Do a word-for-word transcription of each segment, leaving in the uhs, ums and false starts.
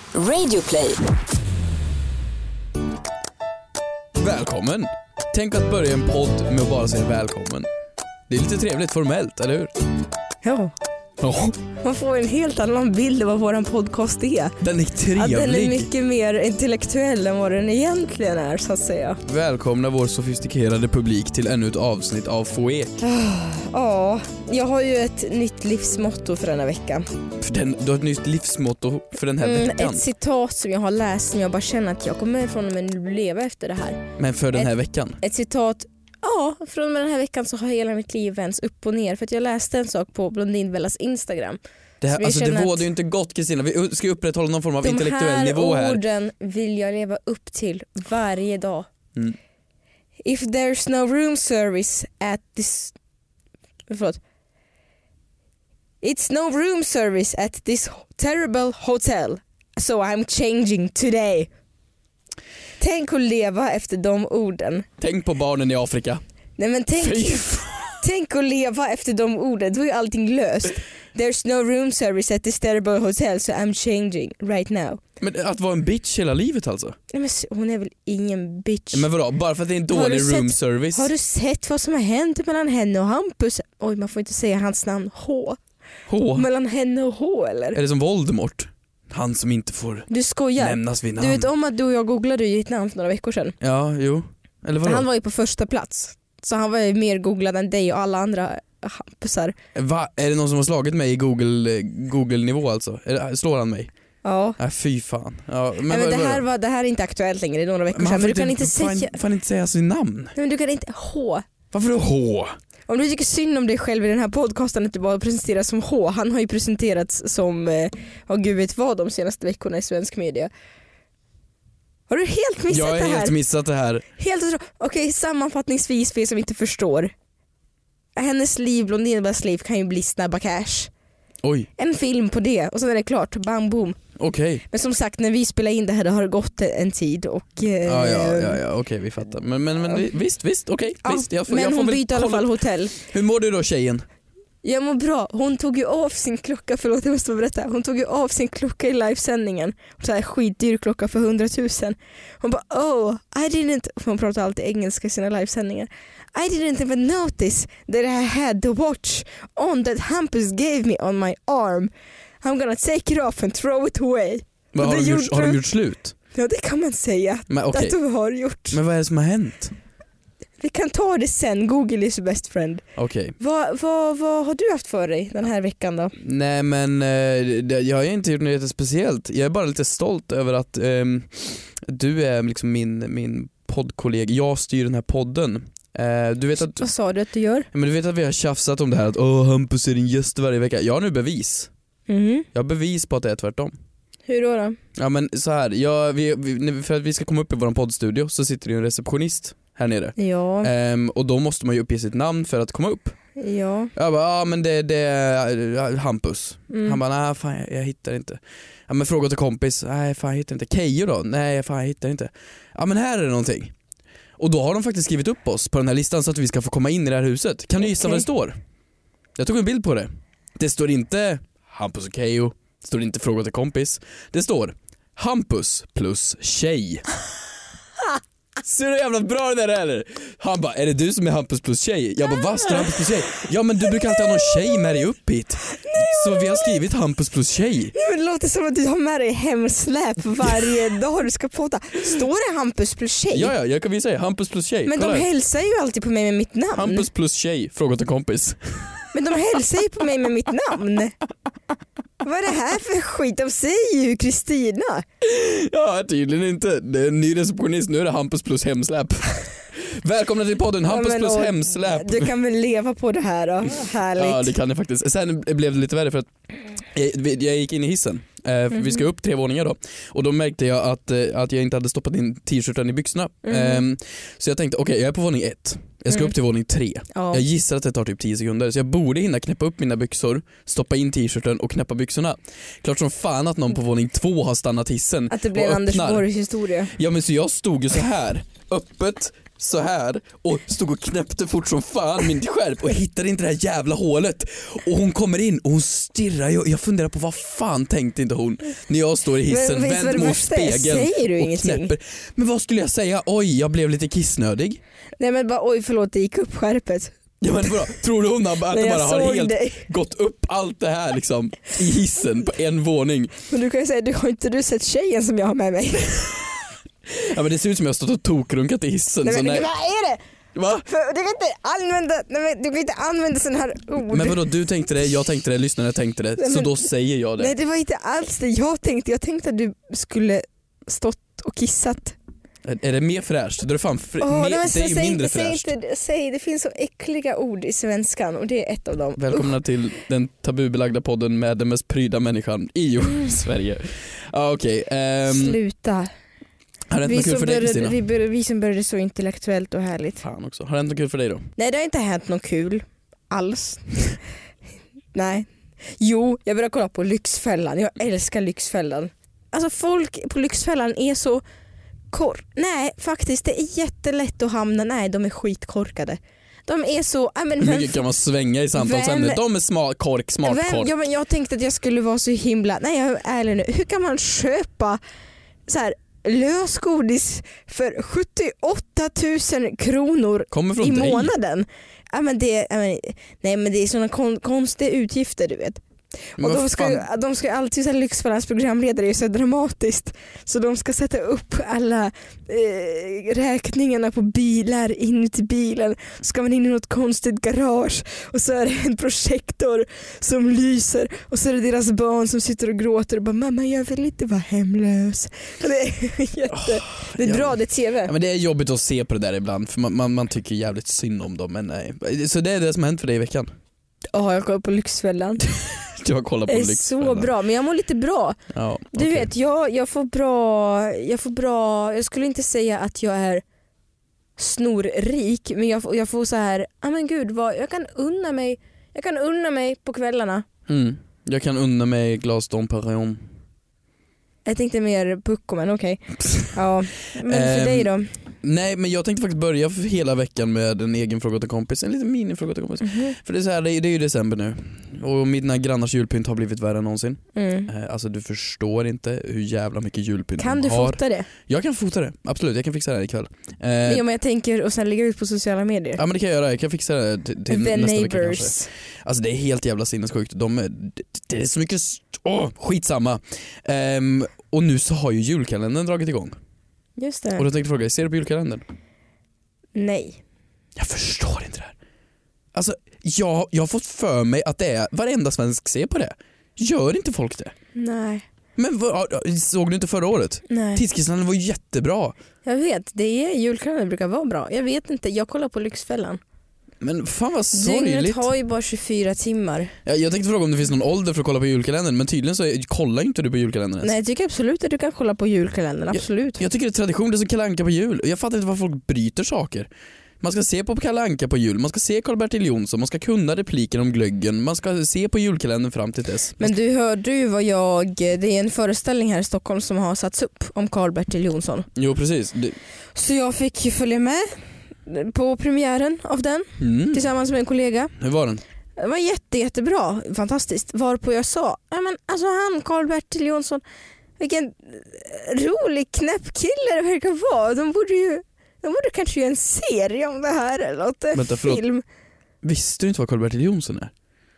Radioplay. Välkommen. Tänk att börja en podd med att bara säga välkommen. Det är lite trevligt formellt, eller hur? Ja. Ja. Man får en helt annan bild av vad våran podcast är. Den är trevlig. Att den är mycket mer intellektuell än vad den egentligen är, så att säga. Välkomna vår sofistikerade publik till ännu ett avsnitt av Foek. Ja, jag har ju ett nytt livsmotto för den här veckan. För den, du har ett nytt livsmotto för den här Mm, veckan. ett citat som jag har läst som jag bara känner att jag kommer från och med nu leva efter det här. Men för den här ett, veckan? Ett citat. Ja, från och med den här veckan så har hela mitt liv vänts upp och ner. För att jag läste en sak på Blondinbellas Instagram. Det, här, alltså det var att ju inte gott, Kristina. Vi ska upprätthålla någon form av intellektuell nivå här. De här orden vill jag leva upp till varje dag. Mm. If there's no room service at this... Förlåt. It's no room service at this terrible hotel. So I'm changing today. Tänk att leva efter de orden. Tänk på barnen i Afrika. Nej men tänk, tänk att leva efter de orden. Då är allting löst. There's no room service at this terrible hotel, so I'm changing right now. Men att vara en bitch hela livet alltså? Nej men hon är väl ingen bitch. Men vadå? Bara för att det är en dålig room sett, service? Har du sett vad som har hänt mellan henne och Hampus? Oj, man får inte säga hans namn. H. H? Mellan henne och H, eller? Är det som Voldemort? Han som inte får Du skojar. nämnas vid namn. Du vet om att du och jag googlade ju ett namn för några veckor sedan. Ja, jo. Eller vadå? Han var ju på första plats. Så han var ju mer googlad än dig och alla andra Hampusar. Va? Är det någon som har slagit mig i Google, Google-nivå alltså? Är det, slår han mig? Ja. Nej, fy fan. Ja, men Nej, men vad, det, vad, här var, det här är inte aktuellt längre, det är några veckor men sedan. Men du inte, kan inte fan, säga... Fan inte säga sin namn. Nej, men du kan inte... H. Varför då H? Om du tycker synd om dig själv i den här podcasten att du bara presenteras som H. Han har ju presenterats som, ja eh, gud vet vad, de senaste veckorna i svensk media. Har du helt missat Jag det här? har helt missat det här. Helt otro... Okej, sammanfattningsvis för er som inte förstår. Hennes liv, Blondinbellas liv, kan ju bli Snabba Cash. Oj. En film på det och så är det klart, bam boom. Okej. Okay. Men som sagt, när vi spelar in det här, det har gått en tid och... Eh, ja, ja, ja, ja okej, okay, vi fattar. Men, men, men visst, visst, okej. Okay, ja, visst. Jag får, men jag får hon väl byter i alla fall hotell. Hur mår du då, tjejen? Jag mår bra. Hon tog ju av sin klocka, förlåt jag måste berätta. Hon tog ju av sin klocka i livesändningen. Så här skitdyr klocka för hundratusen. Hon bara, oh, I didn't... Hon pratar alltid engelska i sina livesändningar. I didn't even notice that I had the watch on that Hampus gave me on my arm. I'm gonna take it off and throw it away. Va, har, de gjort, har de gjort slut? Ja, det kan man säga. Men, okay. Att de har gjort. Men vad är det som har hänt? Vi kan ta det sen, Google is your best friend. Okej. Okay. Vad, vad, vad har du haft för dig den här veckan då? Nej men eh, jag har inte gjort något speciellt. Jag är bara lite stolt över att eh, du är liksom min, min poddkollega. Jag styr den här podden. Eh, du vet att, vad sa du att du gör? Men du vet att vi har tjafsat om det här att åh, Hampus är din gäst varje vecka. Jag har nu bevis. Mm. Jag har bevis på att det är tvärtom. Hur då då? Ja men så här, jag, vi, vi, för att vi ska komma upp i vår poddstudio så sitter det ju en receptionist här nere. Ja. Ehm, och då måste man ju uppge sitt namn för att komma upp. Ja. Jag bara, ja men det, det är Hampus. Mm. Han bara, nej fan jag, jag hittar inte. Ja men fråga till kompis, nej fan jag hittar inte. Keyyo då? Nej fan jag hittar inte. Ja men här är det någonting. Och då har de faktiskt skrivit upp oss på den här listan så att vi ska få komma in i det här huset. Kan du gissa okay. vad det står? Jag tog en bild på det. Det står inte Hampus och Keyyo. Det står inte fråga till kompis. Det står Hampus plus tjej. Ser du jävla bra det där eller? Han bara, är det du som är Hampus plus tjej? Jag bara, vad står Hampus plus tjej? Ja men du brukar alltid ha någon tjej med dig upp hit. Så vi har skrivit Hampus plus tjej. Ja, men det låter som att du har med dig hemsläp varje dag du ska podda. Står det Hampus plus tjej? Ja, ja, jag kan visa Hampus plus tjej. Men kolla de här. Hälsar ju alltid på mig med mitt namn. Hampus plus tjej, fråga till kompis. Men de hälsar ju på mig med mitt namn. Vad är det här för skit? De säger ju Kristina. Ja, tydligen inte. Det är en ny receptionist. Nu är det Hampus plus hemsläp. Välkomna till podden Hampus ja, plus och, hemsläp. Du kan väl leva på det här då. Härligt. Ja, det kan jag faktiskt. Sen blev det lite värre för att jag, jag gick in i hissen. Mm-hmm. Vi ska upp tre våningar då. Och då märkte jag att, att jag inte hade stoppat in t-shirten i byxorna. Mm. Um, så jag tänkte, okej okay, jag är på våning ett. Jag ska mm. upp till våning tre. Ja. Jag gissar att det tar typ tio sekunder. Så jag borde hinna knäppa upp mina byxor, stoppa in t-shirten och knäppa byxorna. Klart som fan att någon på våning två har stannat hissen. Att det blev en Anders Borgs historia. Ja men så jag stod ju så här öppet så här och stod och knäppte fort som fan min skärp och hittade inte det här jävla hålet. Och hon kommer in och hon stirrar. Jag, jag funderar på vad fan tänkte inte hon när jag står i hissen, men, vänd mot spegeln säger du och ingenting? knäpper. Men vad skulle jag säga? Oj, jag blev lite kissnödig. Nej men bara oj förlåt, det gick upp skärpet. Ja, men bra. Tror du hon att Nej, det bara har helt dig. gått upp allt det här liksom i hissen på en våning? Men du kan ju säga, du har inte du sett tjejen som jag har med mig? Ja, men det ser ut som jag har stått och tokrunkat i hissen. Nej, så men nej. vad är det? Va? För, du kan inte använda, nej, men, du kan inte använda sån här ord. Men vadå, du tänkte det, jag tänkte det, lyssnarna tänkte det, Nej, så men, då säger jag det. Nej det var inte alls det jag tänkte. Jag tänkte att du skulle stått och kissat. Är, är det mer fräscht? Det är, fan fr- Oh, mer, nej, det är ju säg, mindre säg fräscht. Inte, säg, det finns så äckliga ord i svenskan och det är ett av dem. Välkomna till den tabubelagda podden med den mest pryda människan i mm. Sverige. Ah, okej. Okay. Um, Sluta. Har det hänt Vi något kul som, för dig, började, Kristina? vi, började, vi som började så intellektuellt och härligt. Fan också. Har det hänt något kul för dig då? Nej det har inte hänt något kul alls. Nej. Jo, jag började kolla på Lyxfällan. Jag älskar Lyxfällan. Alltså folk på Lyxfällan är så kor... Nej faktiskt det är jättelätt att hamna. Nej de är skitkorkade. De är så... Äh, men Hur vem, mycket kan man svänga i samtalsämnet? De är smart kork, smart vem, kork. ja, men jag tänkte att jag skulle vara så himla... Nej jag är ärlig nu. Hur kan man köpa så här lösgodis för sjuttioåtta tusen kronor Kommer från i dig. månaden? Ja, men det, ja, men, nej men det är såna kon, konstiga utgifter du vet. Men Och vad de ska, fan? de ska alltid, så här, Lyxfällans programledare är så dramatiskt så de ska sätta upp alla eh, räkningarna på bilar inuti bilen. Så ska man in i något konstigt garage och så är det en projektor som lyser och så är det deras barn som sitter och gråter och bara mamma jag vill inte vara hemlös. Och det är jätte, oh, det är ja. bra, det är tv. Ja, men det är jobbigt att se på det där ibland för man, man, man tycker jävligt synd om dem men nej. Så det är det som har hänt för dig i veckan? Ja, oh, jag kollar på Lyxfällan. Du har kollat på det är Lyxfällan. så bra, men jag mår lite bra. Ja, du okay. vet, jag, jag får bra, jag får bra, jag skulle inte säga att jag är snorrik, men jag, får, jag får så här, ja ah, men gud, vad, jag kan unna mig, jag kan unna mig på kvällarna. Mm. Jag kan unna mig glas Dom Perignon. Jag tänkte mer pucko, men okej. Okay. Ja, men för dig då? Nej, men jag tänkte faktiskt börja för hela veckan med en egen fråga till kompis, en liten minifråga till kompis. Mm-hmm. För det är så här, det är, det är ju december nu och mina grannars julpynt har blivit värre än någonsin. Mm. Alltså du förstår inte hur jävla mycket julpynt kan de du har. fota det? Jag kan fota det, absolut, jag kan fixa det ikväll. Eh, ja, men jag tänker och sen lägga ut på sociala medier. Ja men det kan jag göra, jag kan fixa det till, till The nästa neighbors. vecka kanske. Alltså det är helt jävla sinnessjukt. De är, det, det är så mycket, åh, skitsamma. Um, och nu så har ju julkalendern dragit igång. Just det. Och då tänkte jag fråga, ser du på julkalendern? Nej. Jag förstår inte det här. Alltså jag, jag har fått för mig att det är varenda svensk ser på det. Gör inte folk det? Nej. Men vad, såg du inte förra året? Nej. Tidskriften var ju jättebra. Jag vet, det är julkalendern brukar vara bra. Jag vet inte, jag kollar på Lyxfällan. Men fan vad Dygnet sorgligt. har ju bara tjugofyra timmar. Ja, jag tänkte fråga om det finns någon ålder för att kolla på julkalendern, men tydligen så är, kollar inte du på julkalendern ens. Nej, jag tycker absolut att du kan kolla på julkalendern, absolut. Jag, jag tycker det är tradition, det är som Kalle Anka på jul. Jag fattar inte varför folk bryter saker. Man ska se på Kalle Anka på jul, man ska se Karl-Bertil Jonsson, man ska kunna repliken om glöggen, man ska se på julkalendern fram till dess. Men du hörde ju vad jag, det är en föreställning här i Stockholm som har satts upp om Karl-Bertil Jonsson. Jo precis. Det... Så jag fick ju följa med på premiären av den mm. tillsammans med en kollega. Hur var den? Det var jätte, jättebra, fantastiskt. Varpå jag sa, ja men alltså han Karl-Bertil Jonsson, vilken rolig knäpp kille det verkar vara. De borde ju de borde kanske göra en serie om det här eller något. Vänta, film. Visste du inte vad Karl-Bertil Jonsson är?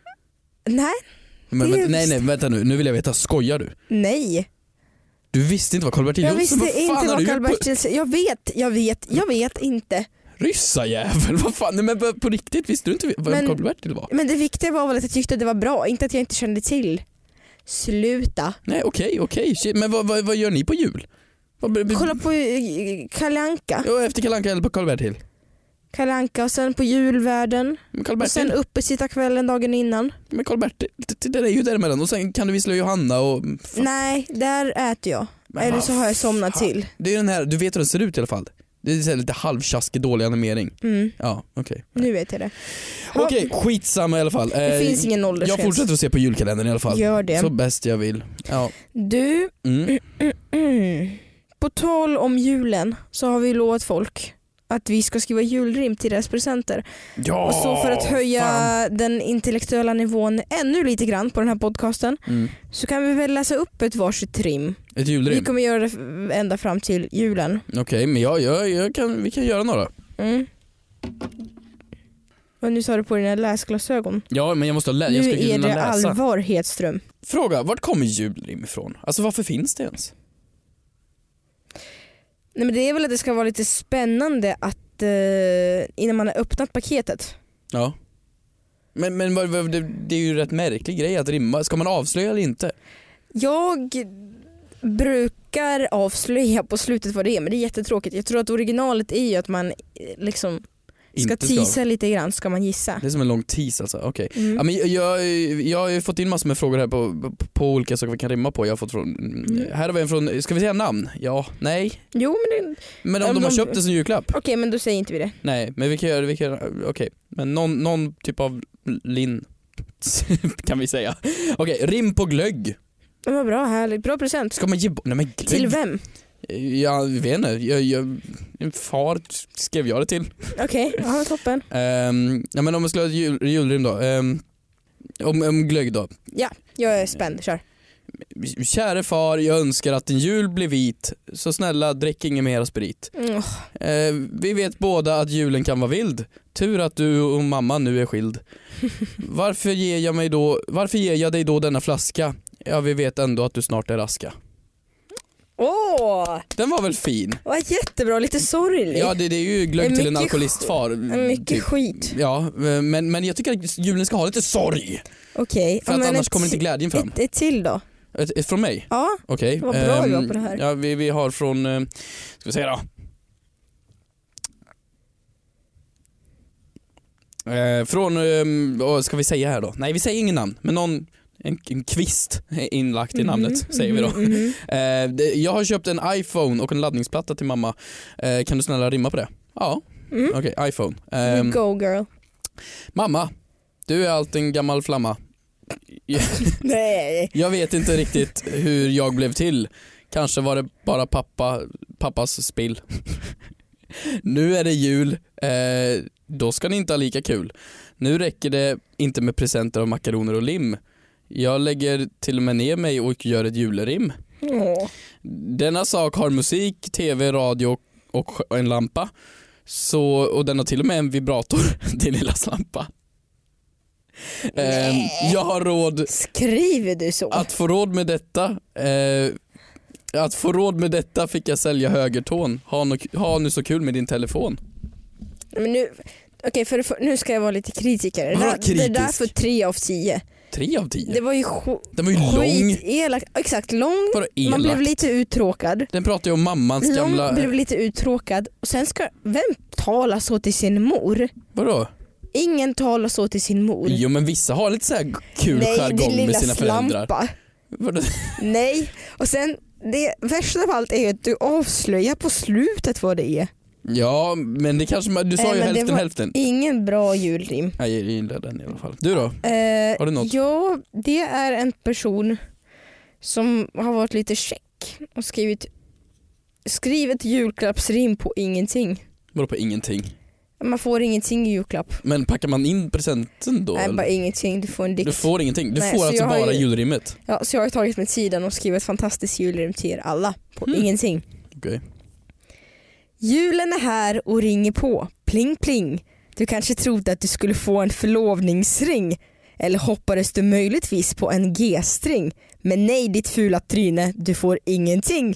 Nej. Men, men, nej nej vänta nu, nu vill jag veta, skojar du? Nej. Du visste inte vad Karl-Bertil Jonsson var? Jag visste inte vad Karl-Bertil på... Jag vet, jag vet, jag vet inte. Ryssa jävel, vad fan, nej, men på riktigt visste du inte vem Karl-Bertil var? Men det viktiga var väl att jag tyckte att det var bra, inte att jag inte kände till. Sluta. Nej okej, okej, men vad, vad, vad gör ni på jul? Vad... Kolla på Kalle Anka. Ja, efter Kalle Anka eller på Karl-Bertil? Kalle Anka och sen på julvärden. Och sen uppe sitta kvällen dagen innan. Men Karl-Bertil, det, det är ju däremellan. Och sen kan du vissla Johanna och... Fan. Nej, där äter jag. Men eller så har jag somnat fan. till. Det är den här, du vet hur den ser ut i alla fall. Det är lite halvtjaskig dålig animering. Mm. Ja, okej. Okay. Nu vet jag det. Okej, okay, skitsamma i alla fall. Det eh, finns ingen åldersgräns. Jag fortsätter att se på julkalendern i alla fall. Gör det. Så bäst jag vill. Ja. Du, mm. Mm, mm, mm. på tal om julen så har vi lovat folk att vi ska skriva julrim till deras presenter. Ja, och så för att höja fan. den intellektuella nivån ännu lite grann på den här podcasten Mm. så kan vi väl läsa upp ett varsitt rim. Ett julrim? Vi kommer göra det f- ända fram till julen. Okej, okay, men jag, jag, jag kan, vi kan göra några. Mm. Och nu sa du på dina läsglasögon. Ja, men jag måste lä- jag ska Nu är det läsa. allvar, Hedström. Fråga, vart kommer julrim ifrån? Alltså varför finns det ens? Nej, men det är väl att det ska vara lite spännande att eh, innan man har öppnat paketet. Ja. Men, men vad- vad- det, det är ju rätt märklig grej att rimma. Ska man avslöja eller inte? Jag brukar avslöja på slutet vad det är, men det är jättetråkigt. Jag tror att originalet är ju att man eh, liksom ska Inte ska. teasa lite grann, ska man gissa. Det är som en lång tease alltså, okej. Mm. Ja, men jag, jag, jag har ju fått in massor med frågor här på, på, på olika saker vi kan rimma på. Jag har fått från, Mm. här har vi en från, ska vi säga namn? Ja, nej. Jo, men det... Men om Ja, de har de- köpt det som julklapp? Okej, men då säger inte vi det. Nej, men vi kan göra, vi kan, okej. Men någon, någon typ av lin kan vi säga. Okej, rim på glögg. Det var bra, härligt. Bra present. Ska man ge bo- nej men glögg? Till vem? Jag vet inte, jag, jag, en far skrev jag det till. Okej, ja, toppen. Um, ja, men om man skulle ha ett jul, julrim då. Um, om, om glögg då. Ja, jag är spänd. Kör. Käre far, jag önskar att din jul blir vit. Så snälla, drick ingen mera sprit. Mm. Uh, vi vet båda att julen kan vara vild. Tur att du och mamma nu är skild. Varför ger jag mig då, varför ger jag dig då denna flaska? Ja, vi vet ändå att du snart är raska. Åh, Den var väl fin? vad jättebra. Lite sorglig. Ja, det, det är ju glögg Det är till en mycket alkoholistfar. Mycket typ. skit. Ja, men, men jag tycker att julen ska ha lite sorg. Okej. För ja, att men annars ett, kommer inte glädjen fram. Ett, ett till då. Ett, ett från mig? Ja, Okej. vad bra du var Ehm, på det här. Ja, vi, vi har från, eh, ska vi säga då? Eh, från, eh, vad ska vi säga här då? Nej, vi säger ingen namn, men någon, en, en kvist är inlagt i namnet, Mhm, säger vi då. mhm, mhm. Eh, det, jag har köpt en iPhone och en laddningsplatta till mamma. Eh, kan du snälla rimma på det? Ja, Mm. okej, iPhone. You Ehm, go girl. mamma, du är allt en gammal flamma. Nej. Jag vet inte riktigt hur jag blev till. Kanske var det bara pappa, pappas spill. Nu är det jul, eh, då ska ni inte ha lika kul. Nu räcker det inte med presenter av makaroner och lim. Jag lägger till och med ner mig och gör ett julrim. Åh. Denna sak har musik, tv, radio och en lampa. Så, och den har till och med en vibrator, din lilla slampa. Eh, jag har råd Skriver du så? att få råd med detta. Eh, att få råd med detta fick jag sälja högertån. Ha, no, ha nu så kul med din telefon. Men nu, okej, för, för, nu ska jag vara lite kritiker. Det Vadå där, det där kritisk? för tre av tio. Tre av tio? Det var ju sk- Den var ju lång. skitelakt. Exakt, lång. Vadå elakt? Man blev lite uttråkad. Den pratar ju om mammans Lång gamla... blev lite uttråkad. Och sen ska, vem talar så till sin mor? Vadå? Ingen talar så till sin mor. Jo, men vissa har lite så här kul Nej, din jargong lilla med sina föräldrar. slampa. Vadå? Nej, och sen det värsta av allt är ju att du avslöjar på slutet vad det är. Ja, men det kanske man- du sa Nej, ju men det hälften var hälften. Ingen bra julrim. Jag gillar den i alla fall. Du då? Eh, Har du något? Ja, det är en person som har varit lite check och skrivit skrivit julklappsrim på ingenting. Vadå på ingenting? Man får ingenting i julklapp. Men packar man in presenten då? Nej, eller? bara ingenting. Du får en dikt. Du får ingenting. Du Nej, får så alltså jag har bara ju- julrimmet. Ja, så jag har tagit mig tiden och skrivit ett fantastiskt julrim till er alla på Mm. ingenting. Okej. Julen är här och ringer på. Pling pling. Du kanske trodde att du skulle få en förlovningsring. Eller hoppades du möjligtvis på en G-string. Men nej, ditt fula tryne, du får ingenting.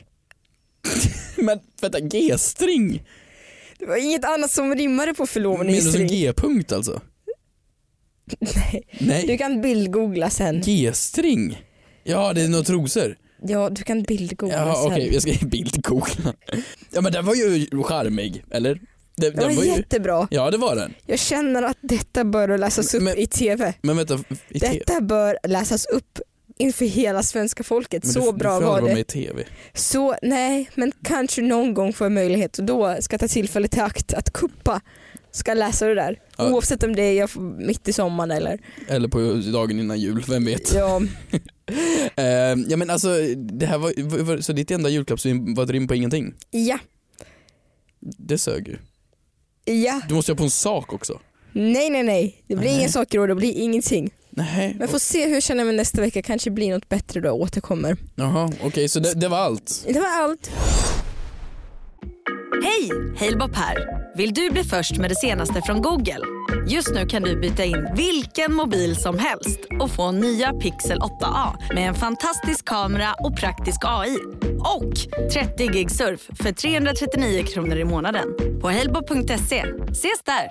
Men vänta, G-string? Det var inget annat som rimmade på Menar du som förlovningsring. G-punkt alltså? Nej. Nej. Du kan bildgoogla sen. G-string? Ja, det är några trosor. Ja, du kan bildgoogla Ja, sen. okej, jag ska bildgoogla. Ja, men den var ju charmig, eller? Den, Det var, den var ju... jättebra. Ja, det var den. Jag känner att detta bör läsas upp Men- i tv. Men vänta, i te- Detta bör läsas upp inför hela svenska folket. men Så du, bra du var mig det. i tv. Så nej, men kanske någon gång får jag möjlighet och då ska jag ta tillfället i akt att kuppa. Ska läsa det där. Ja. Oavsett om det är jag får- mitt i sommaren eller... Eller på dagen innan jul, vem vet. Ja, Eh, ja, men alltså, det här var, var, var så ditt enda julklappsrim var ett rim på ingenting. ja. Det sög ju. Ja. Du måste ha på en sak också. Nej nej nej, det blir Nej. ingen saker och det blir ingenting. Nej. Men får se hur jag känner mig nästa vecka, kanske blir något bättre då jag återkommer. Jaha, okej okay, så det, det var allt. Det var allt. Hej, Halebop här. Vill du bli först med det senaste från Google? Just nu kan du byta in vilken mobil som helst och få nya Pixel åtta A med en fantastisk kamera och praktisk A I. Och trettio gig surf för trehundratrettionio kronor i månaden på halebop punkt se. Ses där!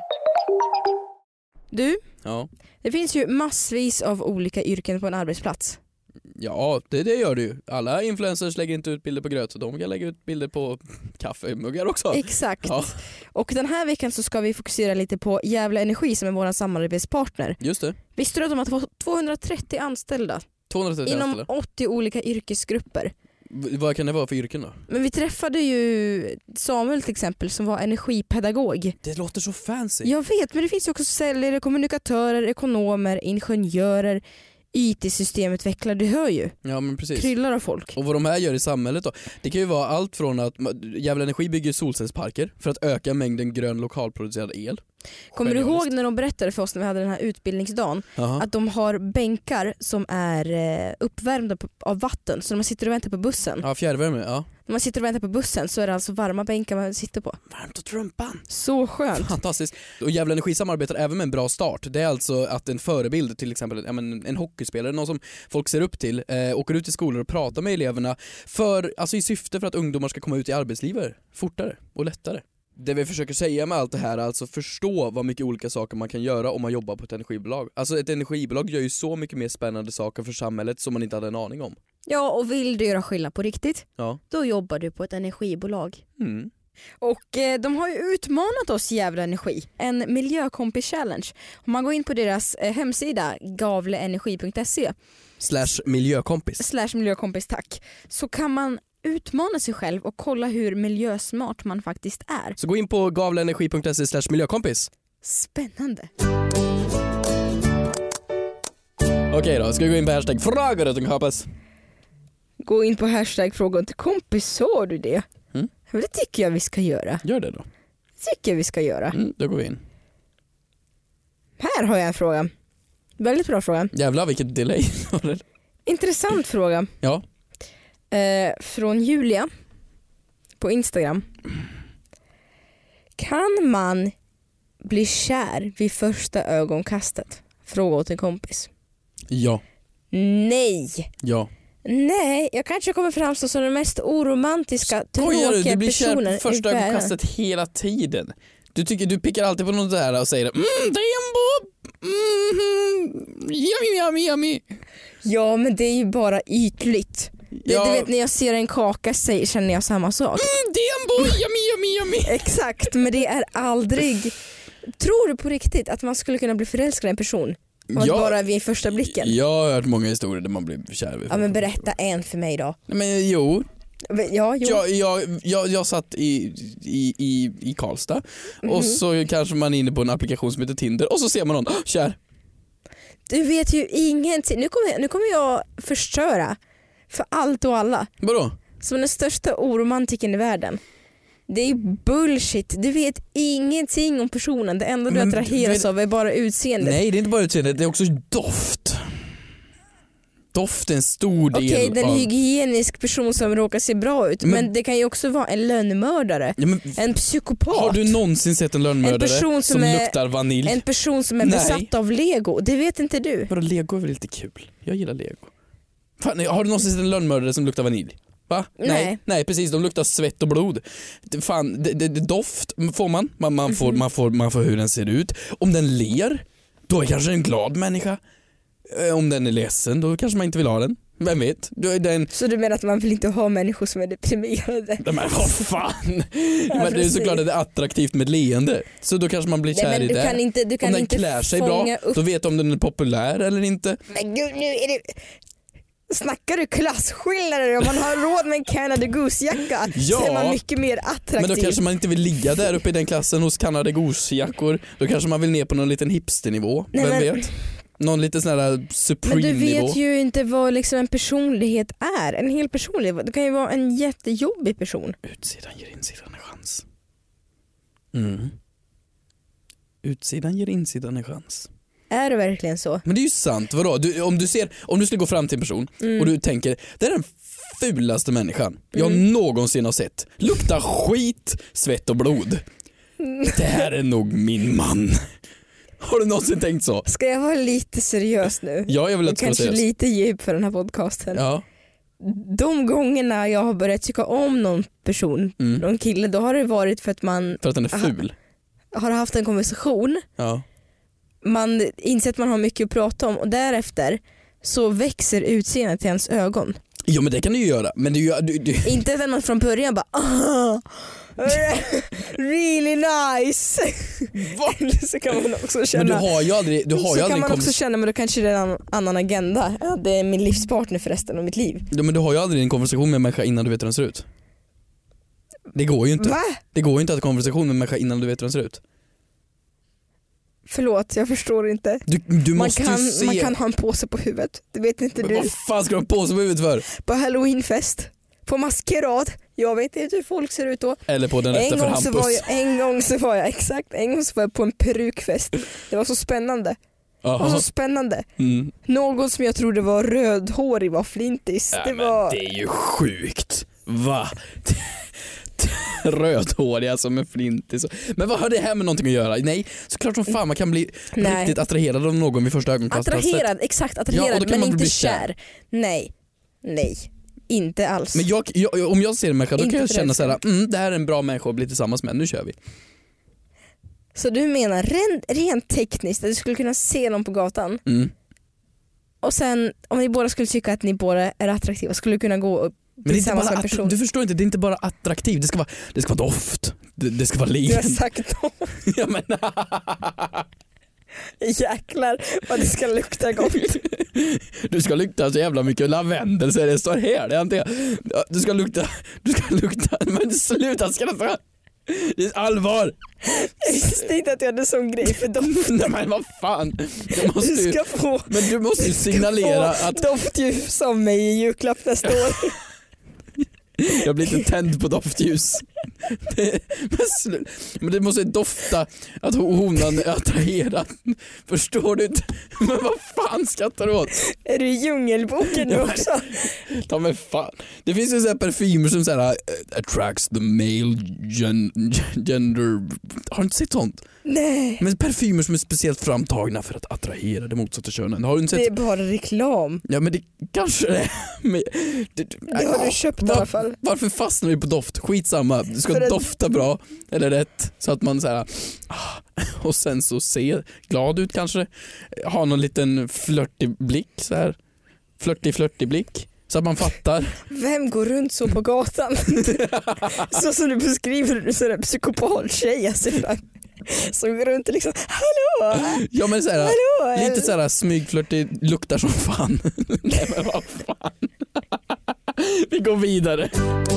Du, Ja. det finns ju massvis av olika yrken på en arbetsplats. Ja, det, det gör det ju. Alla influencers lägger inte ut bilder på gröt, så de kan lägga ut bilder på kaffemuggar också. Exakt. Ja. Och den här veckan så ska vi fokusera lite på Gävle Energi som är vår samarbetspartner. Just det. Visste du att de har tvåhundratrettio anställda tvåhundratrettio inom anställda. åttio olika yrkesgrupper? V- vad kan det vara för yrken då? Men vi träffade ju Samuel till exempel som var energipedagog. Det låter så fancy. Jag vet, men det finns ju också säljare, kommunikatörer, ekonomer, ingenjörer, I T-systemutvecklare, du hör ju. Ja men precis. Kryllar av folk. Och vad de här gör i samhället då? Det kan ju vara allt från att Gävle Energi bygger solcellsparker för att öka mängden grön lokalproducerad el. Kommer du Genialiskt. ihåg när de berättade för oss när vi hade den här utbildningsdagen Aha. att de har bänkar som är eh, uppvärmda på, av vatten, så när man sitter och väntar på bussen Ja, fjärrvärme, ja. när man sitter och väntar på bussen så är det alltså varma bänkar man sitter på. Varmt och trumpan. Så skönt. Fantastiskt. Och Gävle Energi samarbetar även med en bra start. Det är alltså att en förebild, till exempel ja, men en hockeyspelare, någon som folk ser upp till, eh, åker ut i skolor och pratar med eleverna för, alltså i syfte för att ungdomar ska komma ut i arbetslivet fortare och lättare. Det vi försöker säga med allt det här är alltså förstå vad mycket olika saker man kan göra om man jobbar på ett energibolag. Alltså ett energibolag gör ju så mycket mer spännande saker för samhället som man inte hade en aning om. Ja, och vill du göra skillnad på riktigt, Ja. då jobbar du på ett energibolag. Mm. Och eh, de har ju utmanat oss i Gävle Energi, en miljökompis-challenge. Om man går in på deras eh, hemsida gavleenergi punkt se Slash miljökompis. slash miljökompis tack, så kan man utmana sig själv och kolla hur miljösmart man faktiskt är. Så gå in på gavleenergi punkt se slash miljökompis. Spännande. Okej då, ska vi gå in på hashtag frågor åt en kompis. Gå in på hashtag fråga till kompis, sa du det? Mm. Men det tycker jag vi ska göra. Gör det då. Det tycker jag vi ska göra. Mm, då går vi in. Här har jag en fråga. Väldigt bra fråga. Jävlar vilket delay. Intressant fråga. Ja. Eh, från Julia på Instagram. Kan man bli kär vid första ögonkastet? Fråga åt en kompis. Ja. Nej. Ja. Nej, jag kanske kommer framstå som den mest oromantiska, Skojar du? tråkiga Du blir personen kär på första i världen. ögonkastet hela tiden. Du tycker du pickar alltid på något där och säger mm, Dembo. Mm, yummy yummy yummy. Ja, men det är ju bara ytligt. Det, Ja. Du vet, när jag ser en kaka säger, känner jag samma sak. Mm, Dembo yummy yummy yummy. Exakt, men det är aldrig... Tror du på riktigt att man skulle kunna bli förälskad i en person? Och Ja. bara vid första blicken? Jag har hört många historier där man blir kär vid. Ja, men berätta en för mig då. Nej, men jo, Ja, jo. jag, jag, jag, jag satt i, i, i, i Karlstad och så kanske man är inne på en applikation som heter Tinder och så ser man någon, oh, kär. Du vet ju ingenting. Nu kommer, jag, nu kommer jag förstöra för allt och alla. Vadå? Som den största oromantiken i världen. Det är bullshit. Du vet ingenting om personen. Det enda du Men attraheras vet- av är bara utseendet. Nej, det är inte bara utseendet, det är också doft. Doft är en stor del Okej, det är en av... hygienisk person som råkar se bra ut. Men, Men- det kan ju också vara en lönnmördare. Ja, men, En psykopat. har du någonsin sett en lönnmördare En person som, som är- luktar vanilj? En person som är Nej. besatt av Lego. Det vet inte du. Vadå, Lego är väl lite kul? Jag gillar Lego. Fan, nej, har du någonsin sett en lönnmördare som luktar vanilj? Va? Nej. Nej, precis, de luktar svett och blod. Det, fan, det, det, det, doft får man, man, man, får, man, får, man får hur den ser ut. Om den ler, då är kanske en glad människa. Eh, Om den är ledsen, då kanske man inte vill ha den. Vem vet? Då är den... Så du menar att man vill inte ha människor som är deprimerade? Men vad fan? Men det är precis. såklart att det är attraktivt med ett leende. Så då kanske man blir kär Nej, men i du det. kan inte, du kan om den inte klär sig bra, fånga upp... då vet du om den är populär eller inte. Men gud, nu är det... Snackar du klasskillnader? Om man har råd med en Canada Goose-jacka Ja, så är man mycket mer attraktiv. Men då kanske man inte vill ligga där uppe i den klassen hos Canada Goose-jackor. Då kanske man vill ner på någon liten hipsternivå. Nej, Vem men- vet? Någon liten sån här Men du supreme-nivå. vet ju inte vad liksom en personlighet är. En hel personlighet. Det kan ju vara en jättejobbig person. Utsidan ger insidan en chans. Mm. utsidan ger insidan en chans. Är det verkligen så? Men det är ju sant, vadå? Du, om, du ser, om du skulle gå fram till en person mm. och du tänker, det är den fulaste människan jag mm. någonsin har sett. Luktar skit, svett och blod. Mm. Det här är nog min man. Har du någonsin tänkt så? Ska jag vara lite seriös nu? Ja, jag vill att du kanske seriös. Lite djup för den här podcasten. Ja. De gångerna jag har börjat tycka om någon person, mm. någon kille, då har det varit för att man För att den är ful? Har, har haft en konversation. Ja. Man inser att man har mycket att prata om och därefter så växer utseendet till ens ögon. Ja, men det kan du ju göra. Men du, du, du... Inte att man från början bara ah, really nice. Så kan man också känna. Men du har ju aldrig, du har så ju kan aldrig man kom... också känna, men då kanske det är en annan agenda. Ja, det är min livspartner för resten av mitt liv. Ja, men du har ju aldrig en konversation med en människa innan du vet hur den ser ut. Det går ju inte. Va? Det går ju inte att ha en konversation med en människa innan du vet hur den ser ut. Förlåt, jag förstår inte. Du, du man, måste kan, ju se... man kan ha en påse på huvudet. Det vet inte men du. vad fan ska du ha en påse på huvudet för? På Halloweenfest. På maskerad. Jag vet inte hur folk ser ut då. Eller på den efter för Hampus. Var jag, en gång så var jag exakt En gång så var jag på en perukfest. Det var så spännande. Aha. Det var så spännande. Mm. Någon som jag trodde var rödhårig var flintis. Ja, det, men var... det är ju sjukt. Va? Rödhåriga som en flintis. Men vad har det här med någonting att göra? Nej, såklart som fan man kan bli Nej. riktigt attraherad av någon vid första ögonkastet. Attraherad, exakt attraherad, ja, men inte kär. kär. Nej, nej. Inte alls. Men jag, jag, om jag ser en människa då inte kan jag känna såhär, mm, det här är en bra människa att bli tillsammans med, nu kör vi. Så du menar rent, rent tekniskt att du skulle kunna se någon på gatan mm. och sen om ni båda skulle tycka att ni båda är attraktiva skulle du kunna gå upp tillsammans med en person? Du förstår inte, det är inte bara attraktivt, det ska vara, det ska vara doft, det, det ska vara leende. Du har sagt doft. Ja, men jäklar vad det ska lukta gott. Du ska lukta så jävla mycket lavendel så det står här. Det är inte, du ska lukta, du ska lukta, men sluta skratta. Det är allvar. Jag visste inte att jag hade en sån grej för doft. Nej, men vad fan. Du, måste du ska ju, få, men du måste ju signalera att doftljus som mig i julklapp nästa år. Jag blir inte tänd på doftljus. Det, men, men det måste dofta att honan är attraherad. Förstår du inte? Men vad fan skrattar du åt? Är du i djungelboken nu också? Ta mig fan. Det finns ju så här parfymer som så här, uh, attracts the male gen, gender. Har du inte sett sånt? Nej. Men parfymer som är speciellt framtagna för att attrahera det motsatta könen. Har du inte sett? Det är bara reklam. Ja, men det kanske det är. Men, det, det har du köpt var, i alla fall. Varför fastnar vi på doft? Skitsamma. Du ska för dofta bra eller rätt så att man så här, och sen så ser glad ut kanske. Ha någon liten flörtig blick så här. Flörtig flörtig blick. Så att man fattar. Vem går runt så på gatan? Så som du beskriver det, så är det psykopat-tjej alltså, som går runt och liksom hallå! Ja, men så här, hallå! lite så här smygflörtig, luktar som fan. Nej, men vad fan. Vi går vidare.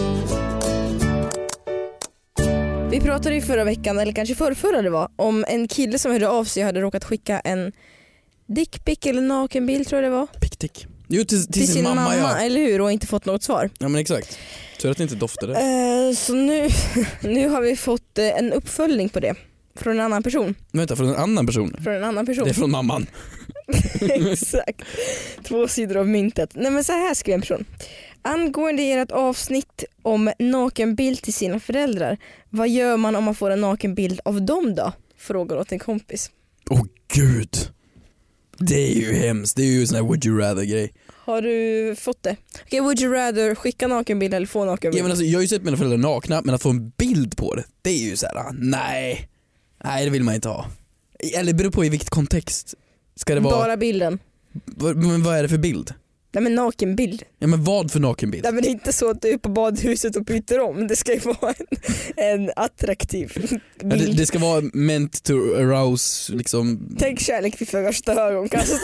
Vi pratade ju förra veckan, eller kanske förrförra det var, om en kille som hörde av sig hade råkat skicka en dickpic eller nakenbild tror jag det var. Pick-tick. Jo, till, till, till sin, sin mamma, mamma ja. Eller hur? Och inte fått något svar. Ja, men exakt. Så att det inte doftade. Uh, så nu, nu har vi fått uh, en uppföljning på det. Från en annan person. Vänta, från en annan person? Från en annan person. Det är från mamman. Exakt. Två sidor av myntet. Nej, men så här skrev en person. Angående ert avsnitt om nakenbild till sina föräldrar. Vad gör man om man får en nakenbild av dem då? Frågar åt en kompis. Åh oh, gud. Det är ju hemskt. Det är ju en sån här would you rather grej. Har du fått det? Okej, okay, would you rather skicka nakenbild eller få nakenbild? Ja, men alltså, jag har ju sett mina föräldrar nakna, men att få en bild på det, det är ju så här: nej. Nej, det vill man inte ha. Eller beror på i vilket kontext. Ska det vara... Bara bilden. Men vad är det för bild? Nej, men nakenbild. Ja, men vad för nakenbild? Nej, men det är inte så att du är på badhuset och byter om. Det ska ju vara en, en attraktiv bild. Ja, det, det ska vara meant to arouse liksom. Tänk kärlek vid första ögonkastet.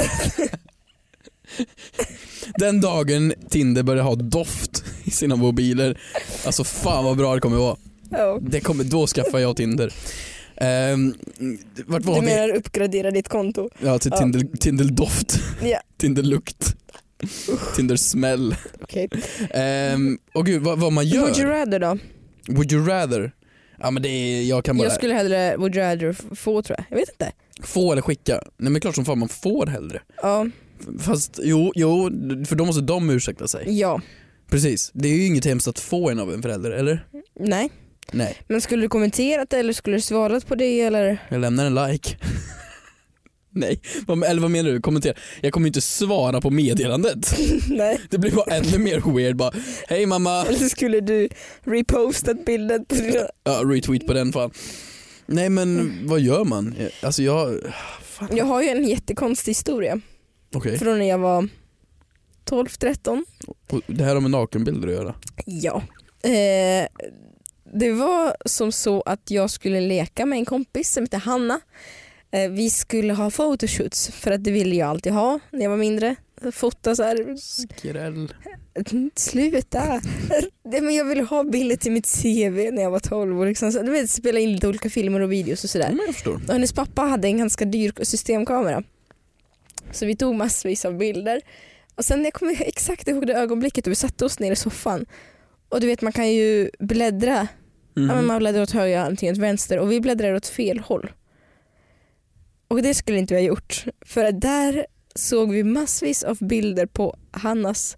Den dagen Tinder börjar ha doft i sina mobiler. Alltså fan vad bra det kommer vara. Oh. Det kommer, då skaffar jag Tinder. Um, vart var du vi? menar uppgradera ditt konto? Ja, till Tinder, ja. Tinder doft. Yeah. Tinder lukt. Tinder smäll. Okej. Okay. Um, och gud, vad, vad man gör. Would you rather då? Would you rather? Ja men det är, jag kan bara... Jag skulle hellre would rather få tror jag. Jag vet inte. Få eller skicka? Nej men klart som fan man får hellre. Ja. Fast jo, jo för då måste de ursäkta sig. Ja. Precis, det är ju inget hemskt att få en av en förälder, eller? Nej. Nej. Men skulle du kommenterat det eller skulle du svarat på det eller? Jag lämnar en like. Nej, eller vad menar du? Kommentera. Jag kommer inte svara på meddelandet. Nej. Det blir bara ännu mer weird. Bara, hej mamma. Eller så skulle du repostat bilden på dina... Ja, retweet på den fan. Nej men mm. vad gör man? Alltså jag... Fan. Jag har ju en jättekonstig historia. Okay. Från när jag var tolv tretton. Och det här har med nakenbilder att göra? Ja. Eh, det var som så att jag skulle leka med en kompis som heter Hanna. Eh, vi skulle ha photoshoots för att det ville jag alltid ha när jag var mindre. Fota så här. Skräll. Sluta. Men jag ville ha bilder till mitt C V när jag var tolv och liksom, så, du vet, spela in lite olika filmer och videos och sådär. Mm, jag förstår. Och hennes pappa hade en ganska dyr systemkamera. Så vi tog massvis av bilder. Och sen jag kommer exakt ihåg det ögonblicket och vi satte oss ner i soffan. Och du vet man kan ju bläddra. Mm. Ja, men man bläddrar åt höger antingen åt vänster och vi bläddrar åt fel håll. Och det skulle inte vi ha gjort. För att där såg vi massvis av bilder på Hannas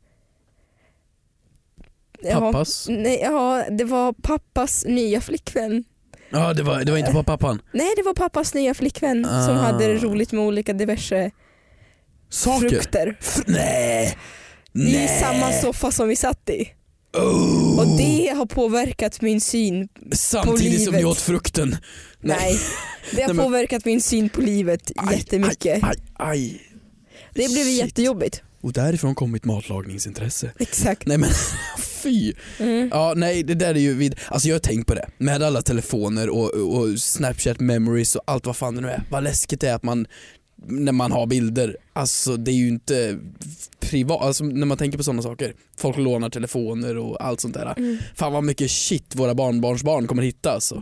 pappas? Ja, nej, ja, det var pappas nya flickvän. Ja, det var, det var inte på pappan? Nej, det var pappas nya flickvän ah. som hade det roligt med olika diverse saker. Frukter. F- nej. I nej. samma soffa som vi satt i. Oh. Och det har påverkat min syn samtidigt på livet. Som jag åt frukten. Nej, nej det har nej, men... påverkat min syn på livet aj, jättemycket. Aj, aj, aj. Det blev Shit. jättejobbigt. Och därifrån kom mitt matlagningsintresse. Exakt. Nej men fy. Mm. Ja nej det där är ju vid. Alltså jag har tänkt på det. Med alla telefoner och, och Snapchat memories och allt vad fan det nu är. Vad läskigt det är att man när man har bilder. Alltså det är ju inte privat. Alltså när man tänker på sådana saker. Folk lånar telefoner och allt sånt där. Mm. Fan vad mycket shit våra barnbarns barn kommer hitta alltså.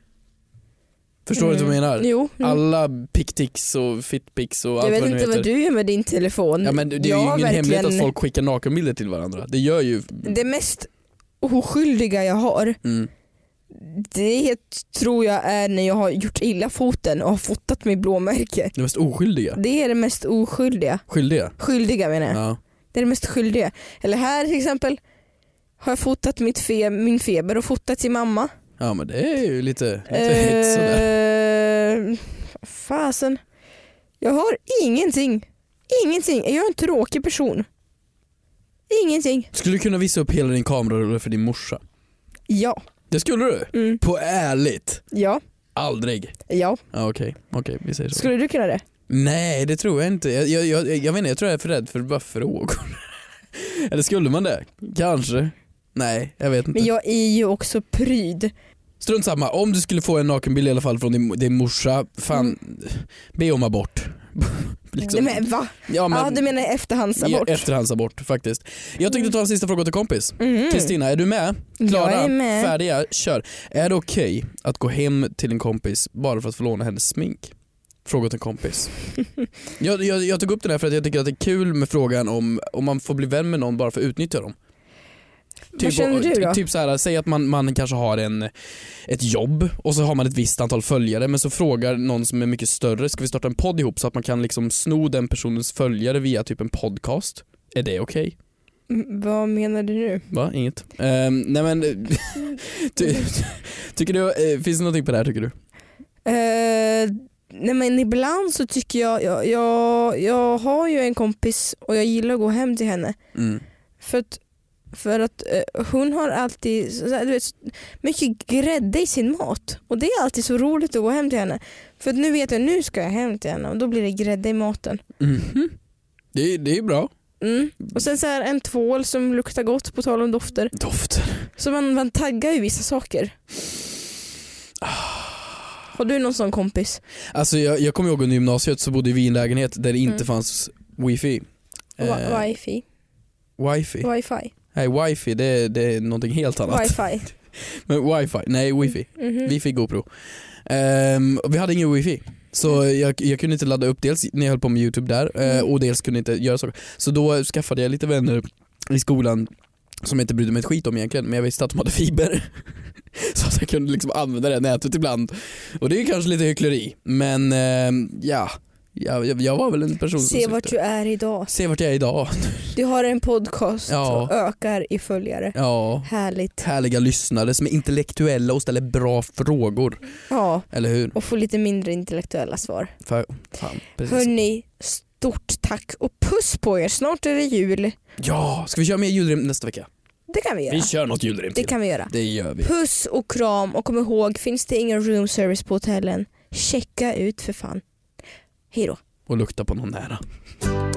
Förstår mm. du vad jag menar? Jo, mm. Alla picktics och fitpics och jag allt vet vad inte heter. Vad du gör med din telefon. Ja, men det är ju jag ingen verkligen... hemlighet att folk skickar nakenbilder till varandra. Det gör ju... Det mest oskyldiga jag har mm. det tror jag är när jag har gjort illa foten och har fotat med blåmärke. Det mest oskyldiga? Det är det mest oskyldiga. Skyldiga? Skyldiga menar jag. Ja. Det är det mest skyldiga. Eller här till exempel har jag fotat mitt fe- min feber och fotat till mamma. Ja men det är ju lite, lite uh, hit sådär. Fasen. Jag har ingenting. Ingenting. Jag är en tråkig person. Ingenting. Skulle du kunna visa upp hela din kamera för din morsa? Ja. Det skulle du? Mm. På ärligt? Ja. Aldrig? Ja. Ah, Okej, okay. okay, vi säger så. Skulle du kunna det? Nej, det tror jag inte. Jag, jag, jag, jag vet inte, jag tror jag är för rädd för bara frågor. Eller skulle man det? Kanske. Nej, jag vet inte. Men jag är ju också pryd. Strunt samma, om du skulle få en nakenbild i alla fall från din, din morsa, fan, mm. be om abort. liksom. Nej, men va? Ja, men, ja, du menar efterhandsabort? Ja, efterhandsabort faktiskt. Jag tyckte ta en sista fråga till kompis. Kristina, mm. är du med? Klara, jag är med. Färdiga, kör. Är det okej okay att gå hem till en kompis bara för att få låna hennes smink? Fråga till en kompis. jag, jag, jag tog upp det där för att jag tycker att det är kul med frågan om, om man får bli vän med någon bara för att utnyttja dem. Typ, vad känner du då? Typ så här, säg att man, man kanske har en, ett jobb och så har man ett visst antal följare, men så frågar någon som är mycket större, ska vi starta en podd ihop så att man kan liksom sno den personens följare via typ en podcast? Är det okej? Okay? Vad menar du nu? Va? Inget. Um, nej men ty, tycker du, uh, finns det någonting på det här tycker du? Uh, nej men ibland så tycker jag, jag, jag, jag har ju en kompis och jag gillar att gå hem till henne. Mm. För att För att eh, hon har alltid så här, du vet, mycket grädde i sin mat. Och det är alltid så roligt att gå hem till henne. För att nu vet jag, nu ska jag hem till henne och då blir det grädde i maten. Mm-hmm. Det, det är bra. Mm. Och sen så här en tvål som luktar gott, på tal om dofter. Dofter. Så man, man taggar ju vissa saker. Har du någon sån kompis? Alltså jag, jag kommer ihåg under gymnasiet så bodde vi i en lägenhet där det inte mm. fanns wifi. Wa- eh, wifi? Wifi? Wifi. Nej, wifi det, det är någonting helt annat. Wifi. Men wifi, nej wifi. Mm-hmm. Wifi GoPro. Um, vi hade ingen wifi. Så mm. jag, jag kunde inte ladda upp, dels när jag höll på med YouTube där mm. uh, och dels kunde inte göra saker. Så då skaffade jag lite vänner i skolan som jag inte brydde mig ett skit om egentligen, men jag visste att de hade fiber. Så så jag kunde liksom använda det nätet ibland. Och det är kanske lite hyckleri. Men eh, ja, jag, jag var väl en person som Se vart du är idag. Se vart jag är idag. Du har en podcast Ja. och ökar i följare. Ja. Härligt. Härliga lyssnare som är intellektuella och ställer bra frågor. Ja, Eller hur? och få lite mindre intellektuella svar. För, fan, precis. Hörni, stort tack och puss på er. Snart är det jul. Ja, ska vi köra mer julrim nästa vecka? Det kan vi göra. Vi kör något julrim Det till. kan vi göra. Det gör vi. Puss och kram, och kom ihåg, finns det ingen room service på hotellen, checka ut för fan. Hej då. Och lukta på någon nära.